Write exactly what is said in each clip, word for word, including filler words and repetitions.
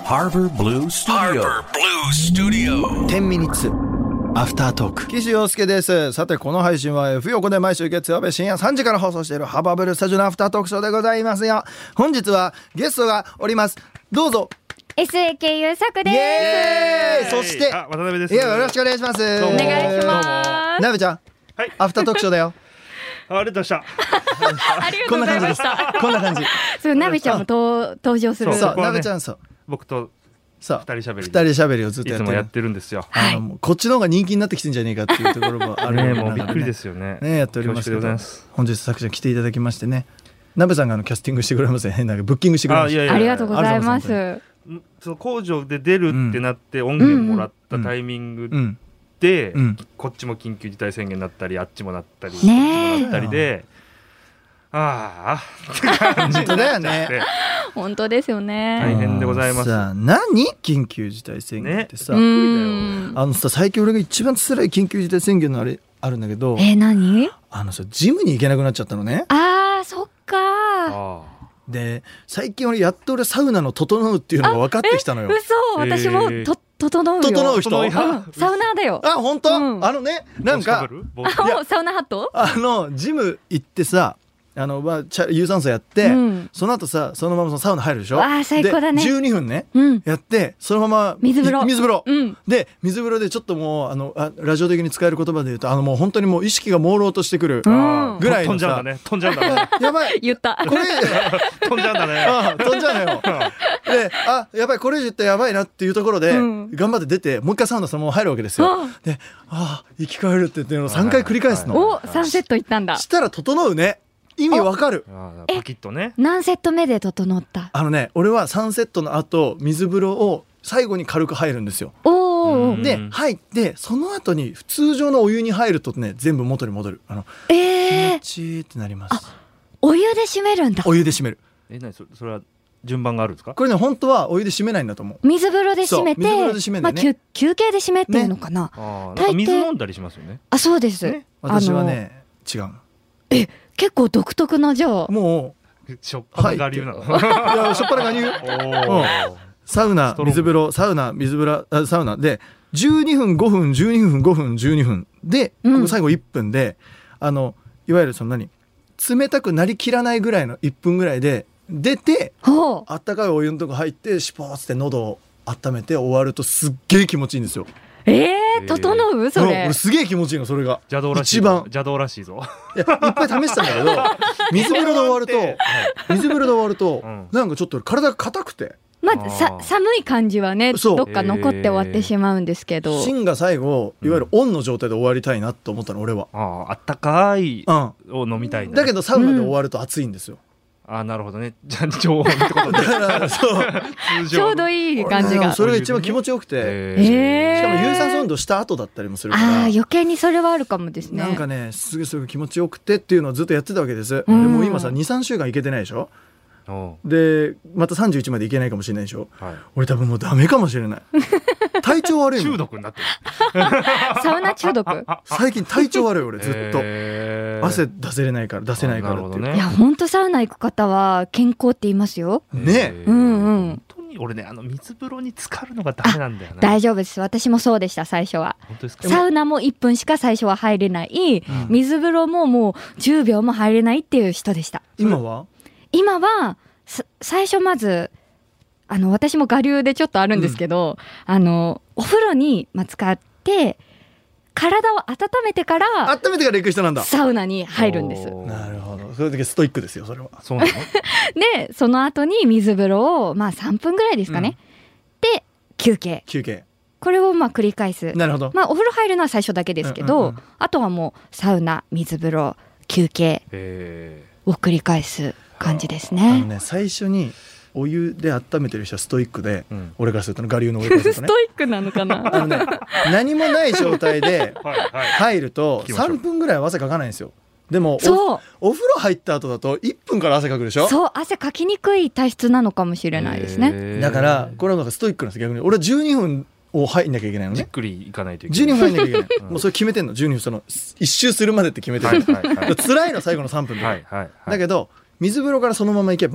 Harbor Blue Studio. Harbor Blue Studio. テンミニッツアフタートーク、岸洋介です。さてこの配信は F 横で毎週月曜日深夜さんじから放送しているハーバーブルースタジオのアフタートークショーでございますよ。本日はゲストがおります。どうぞ。 エスエーケー 優作です。 イエーイ。そしてあ渡辺です。 いやよろしくお願いします。 どうもお願いします。 なべちゃん、 はい、 アフタートークショーだよ。 ありがとうございまありがとうございましたこんな感じ。 そう、なべちゃんもと登場する。 そう、 ここはねなべちゃん、そう僕とそう二人喋り二人喋りをずっとやってる。 いつもやってるんですよ。 あのもうこっちの方が人気になってきてんじゃねえかっていうところもあるね、 よね。 もうびっくりですよね。 ね、やっておりますけど、 恐縮でございます。 本日作者来ていただきましてね、なべさんがあのキャスティングしてくれません、なんかブッキングしてくれました。 あいやいやありがとうございます。 んその工場で出るってなって音源もらったタイミングうんで、 うんこっちも緊急事態宣言になったりあっちもなったり、 ねえこっちもなったりで、ああって感じになっちゃって本当だよね。 本当ですよね。 大変でございますさあ何緊急事態宣言ってさ、 うねん。 あのさ、最近俺が一番辛い緊急事態宣言のあれあるんだけど、 えー、何？ あのさ、ジムに行けなくなっちゃったのね。 あー、そっかー。 あで最近俺やっと俺サウナの整うっていうのが分かってきたのよ。 嘘、私もえーと整うよ。 整う人整い派うんサウナーだよ。 あ、本当、 うんあのね、 あなんか帽子かぶるあ、もうサウナハット？ あのジム行ってさ、あの、まあ、チャ有酸素やって、 うんその後さ、そのままそのサウナ入るでしょ。 わあ最高だねでじゅうにふんね、 うん。 やってそのまま水風呂い水風呂、 うん。 で水風呂でちょっともうあのあラジオ的に使える言葉で言うと、あのもう本当にもう意識が朦朧としてくるうんぐらいの飛んじゃうんさ、 だね飛んじゃうんだねやばい言った。 これ飛んじゃうんだねあ飛んじゃうのよ。で、あ、やばいこれ以上言ったらやばいなっていうところで、 うん頑張って出てもう一回サウナそのまま入るわけですよ。 うんで、あ、生き返るって言ってるのをさんかい繰り返すの。 お、さんセットいったんだ。 したら整うね。意味わかる。 あーパキッとね。 何セット目で整った？ あのね、俺はさんセットの後水風呂を最後に軽く入るんですよ。 おうんー。 で入ってその後に通常のお湯に入るとね、全部元に戻る。あの気えー、 持ちいいってなります。 お湯で締めるんだ。 お湯で締める。 え、なにそれそれは順番があるんですか？ これね、本当はお湯で締めないんだと思う。 水風呂で締めて、 そう水風呂で締めんだまあ、 よね休休憩で締めっていうのかな。 あーなんか水飲んだりしますよね。 あ、そうです。 ね私はね、違うの。 結構独特なじゃあ。 もしょっぱな我流なの。 ういやしょっぱなが言う。 おーサウナストロング水風呂サウナ水風呂あサウナでじゅうにふんごふんじゅうにふんごふんじゅうにふんで、 うんここ最後いっぷんで、あのいわゆるその何冷たくなりきらないぐらいのいっぷんぐらいで出て、 ほう。 あったかいお湯のとこ入ってシュポーって喉を温めて終わるとすっげえ気持ちいいんですよ。 えー、整うそうんれ俺。すげえ気持ちいいのそれが邪道らしい。 一番邪道らしいぞ。 いやいっぱい試したんだけど水風呂で終わると水風呂で終わると、 うんなんかちょっと体が硬くてまずさあー寒い感じはね、 そうどっか残って終わってしまうんですけど。 芯が最後いわゆるオンの状態で終わりたいなと思ったの俺は。 ああ、あったかいうんを飲みたいんだね。 だけどサウナで終わると暑いんですよ。 ああ、なるほどね。じゃあ常温ってことで。 だからそう通常ちょうどいい感じが。 それが一番気持ちよくて、 ええーしかも有酸素運動した後だったりもするから、 ああ、余計にそれはあるかもですね。 なんかねすぐすぐ気持ちよくてっていうのをずっとやってたわけです。 うんでも今さ にさんしゅうかん行けてないでしょ。 おうでまたさんじゅういちまで行けないかもしれないでしょ。 はい。 俺多分もうダメかもしれない体調悪いもん中毒になってる。 サウナ中毒。 最近体調悪い俺ずっと、 えー汗出せれないから出せないからっていう、 あなるほどねいや、ほんとサウナ行く方は健康って言いますよ。 ねえーうんうん本当に俺ね、あの水風呂に浸かるのがダメなんだよね。 大丈夫です。私もそうでした、最初は。 本当ですか？ サウナもいっぷんしか最初は入れない、 うん水風呂ももうじゅうびょうも入れないっていう人でした。 今は今はさ最初まずあの私も我流でちょっとあるんですけど、あのお風呂にまあ使って体を温めてから温めてから行く人なんだ。 サウナに入るんです。 おーなるほど、それだけストイックですよそれは。 そうなの？ でその後に水風呂をまあさんぷんぐらいですかね、で休憩、 休憩。 これをまあ繰り返す。 なるほど。 まあお風呂入るのは最初だけですけど、 うんうんうんあとはもうサウナ、水風呂、休憩えを繰り返す感じですあのね。 ね最初にお湯で温めてる人はストイックで、 うん俺からするとね我流の俺からするとねストイックなのかな。 あのね何もない状態でーはいはい。 入ると行きましょうさんぷんぐらいは汗かかないんですよ。でもそうおお風呂入った後だといっぷんから汗かくでしょ。 そう、汗かきにくい体質なのかもしれないですね。 えーだからこれはなんかストイックなんです逆に。俺はじゅうにふんを入んなきゃいけないのね。 じっくりいかないといけじゅうにない。 ふん入んなきゃいけない、 うんもうそれ決めてんの。じゅうにふんその一周するまでって決めてる、 はいはいはい辛いの最後のさんぷんで、 はいはいはい。 だけど水風呂からそのまま行けば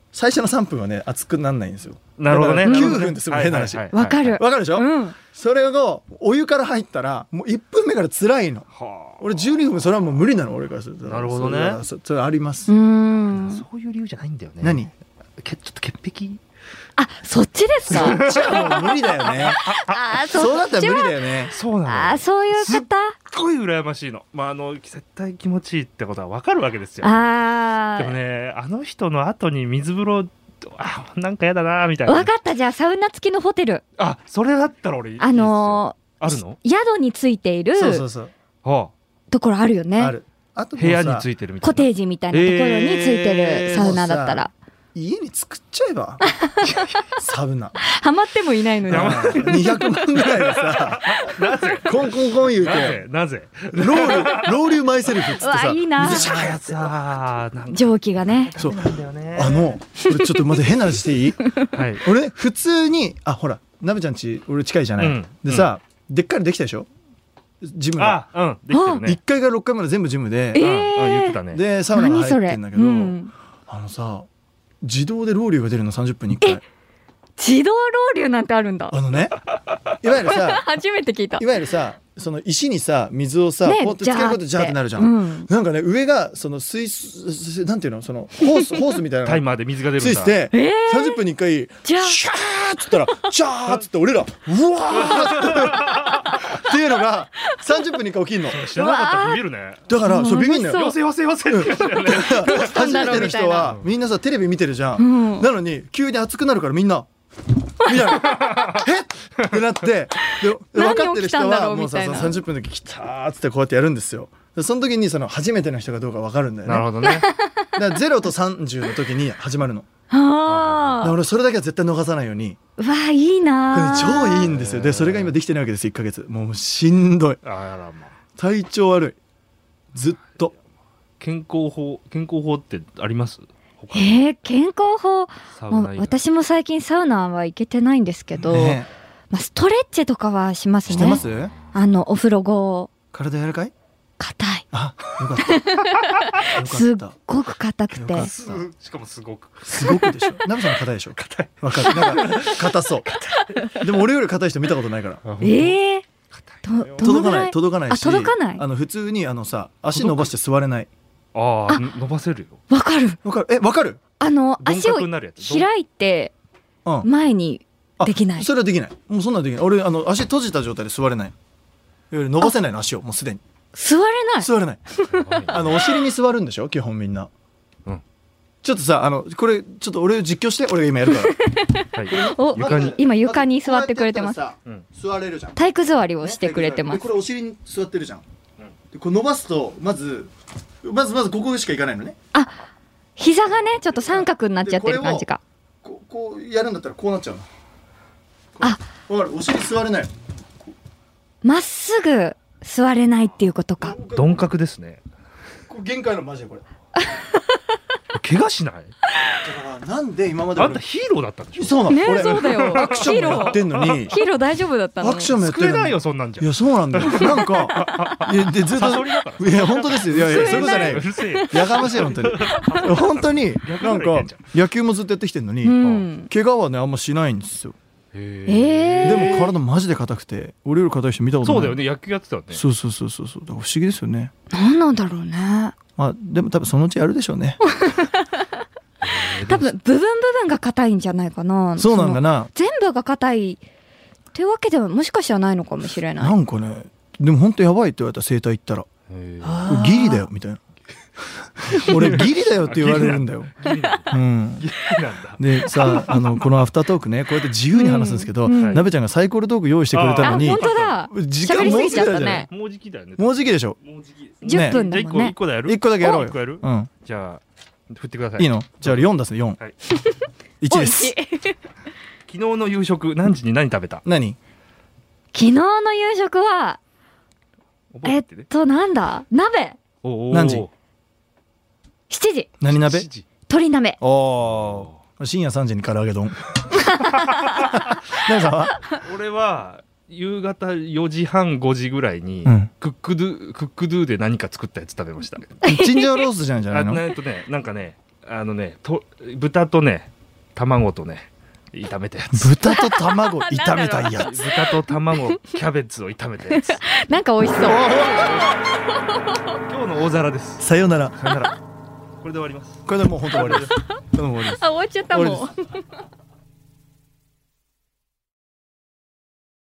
最初のさんぷんはね熱くなんないんですよ。 なるほどね。 きゅうふんってすごい変な話。 はいはいはいわかる。 わかるでしょ、 うん。 それがお湯から入ったらもういっぷんめから辛いの。 はあ俺じゅうにふんそれはもう無理なの俺からすると。 なるほどねそれはそそれあります、 うーん。 そういう理由じゃないんだよね。 何けちょっと潔癖。 あ、そっちですか。 じゃあもう無理だよねあ、 そうだったら無理よ。 だよね。 そうなのよ。 あ、そういうすっ方。 ごい羨ましいの。まああの絶対気持ちいいってことはわかるわけですよ。 あでもね、あの人の後に水風呂、あ、なんかやだなみたいあ。 な。 わかった。じゃあサウナ付きのホテル。 あ、それだったら俺いいですよ。 あのあるの？ ー、宿についているそうそうそうはところあるよね。 ある。あとあ、 もうさ部屋についてるみたいな。 コテージみたいなところについてるサウナだったら。 家に作っちゃえばサウナハマってもいないのに。 にひゃくまんぐらいでさなぜコンコンコン言うなぜてなぜロウリュロウリュマイセルフっつってうわさいいな水シャーやつさあ、なんか蒸気がね。 そうなんだよね。 あの俺ちょっとまた変な話していいはい。 俺ね普通にあほらなべちゃんち俺近いじゃない、 うんでさ、でっかりできたでしょジムがあ、うん、できてるね。 いっかいからろっかいまで全部ジムで、 えうんうん、言ってたね。 でサウナが何それ。 入ってんだけど、 うんあのさ自動でロウリュが出るのさんじゅっぷんにいっかい。 自動ロウリュなんてあるんだ。 あのねいわゆるさ初めて聞いたい。わゆるさその石にさ水をさ、 ねポンってつけることでジャーってなるじゃん、 うんなんかね上がその水すなんていうのそのホースホースみたいなのタイマーで水が出るんだ。 ついて、 えーさんじゅっぷんにいっかいじゃあシャーっつったらシャーっつって俺らうわーっていうのがさんじゅっぷんにいっかい起きんの知らなかったらビビるね。 だからそうビビんのよ楽しよせよせよせって感じだよね。 したんだろう初めての人はみんなさテレビ見てるじゃん、 うんなのに急に熱くなるからみんなみたいなえっってなってで分かってる人何起きたんだろはもうさうみたいなさんじゅっぷんの時来たーっつってこうやってやるんですよ。でその時にその初めての人がどうか分かるんだよね。 なるほどね。 だからゼロとさんじゅうの時に始まるの。 あだからあ。 俺それだけは絶対逃さないようにうわいいこれな。 超いいんですよ。でそれが今できてないわけですいっかげつもうしんどいあらまあ。 体調悪いずっと。 健康法健康法ってあります？他にえー、健康法。もうサウナ以外。 私も最近サウナは行けてないんですけど、 ねまあ、ストレッチとかはしますね。 してますあのお風呂後体柔らかい硬い。 あよかったよすっかったごく硬くてよかっ。 すしかもすごくすごくでしょ。ナベさん硬いでしょ。硬い。わかる。なんか硬そう。でも俺より硬い人見たことないから。 ええー。どどの届かないぐらい。 届かないし。 あ届かないあの普通にあのさ足伸ばして座れない。 ああ伸ばせるよ。 わかる。 わかる。えわかる。 あの鈍足を角になるやつ。 開いてうん。 前にあできない。 それはできない。もうそんなんできない。俺あの足閉じた状態で座れない。いわゆる伸ばせないの足をもうすでに。 座れない。 座れない。 すごいねあのお尻に座るんでしょ基本みんな。 うんちょっとさあのこれちょっと俺実況して俺が今やるから。 はい。 お床に今床に座ってくれてます。 こうやってやったらさ座れるじゃん。 体育座りをしてくれてまですこ。れお尻に座ってるじゃん、でこう伸ばすとまずまずまずここしかいかないのね。 あ、膝がねちょっと三角になっちゃってる感じか。 こうこうやるんだったらこうなっちゃうの。 あ、 わかる。お尻座れない。 まっすぐ座れないっていうことか。 鈍角ですね。 これ限界のマジでこれ。 怪我しない？ だからなんで今まであ俺んたヒーローだったんでしょ？ そうなの、 ね俺そうだよ。 アクションもやってんのにヒーロー大丈夫だったの？ アクションもやってるのに救えないよそんなんじゃ。 いやそうなんだよ。なんかいやでずっとサソリだからいや本当ですよ。いやいやそういうことじゃないうるせえよ。 やかましい本当に本当に逆なんかから言ってんじゃん野球もずっとやってきてんのに、 うん。 怪我はねあんましないんですよ。 へええ。 でも体マジで硬くて俺より硬い人見たことない。 そうだよね。野球やってたよね。 そうそうそうそうそうだから不思議ですよね。 なんなんだろうね。 まあでも多分そのうちやるでしょうね。 多分部分部分が硬いんじゃないかな。 そうなんだそのな。 全部が硬いというわけではもしかしたらないのかもしれな。 ないんかねでも本当やばいって言われた整体行ったらへーあーギリだよみたいな。俺ギリだよって言われるんだよ。 ギリなんだ。 うん。 ギリなんだ。 でさあのこのアフタートークねこうやって自由に話すんですけど、 うんうんなべちゃんがサイコロトーク用意してくれたあ、 のに本当だ。 時間喋りすぎちゃったもうすぐだじゃないね。 もうじきだよね。 もうじきでしょ。 もうじきです。 じゅっぷんじゃあ一個だもんね一個だやる。 一個だけやろう一個やるよ。。うん。 じゃあ振ってください。 いいの？じゃあよん出すねよん。 はい。 いちです。 おいしい昨日の夕食何時に何食べた？ 何？ 昨日の夕食はえって覚えね。 となんだ鍋おー何時？ しちじ何鍋？ しちじ鶏鍋。 おー深夜さんじに唐揚げ丼。なべさんは？ 俺は夕方よじはんごじぐらいに、 うんクックドゥクックドゥで何か作ったやつ食べました。 チンジャオロースじゃんじゃないの？ あえっとねなんかねあのねと豚とね卵とね炒めたやつ。 豚と卵炒めたやつ。 豚と卵キャベツを炒めたやつ。 なんか美味しそう。 今日の大皿です。 さよなら。 さよなら。これで終わります。 これでもう本当終わりです。これでも終わりです。 あ、終わっちゃったもん。 終わりです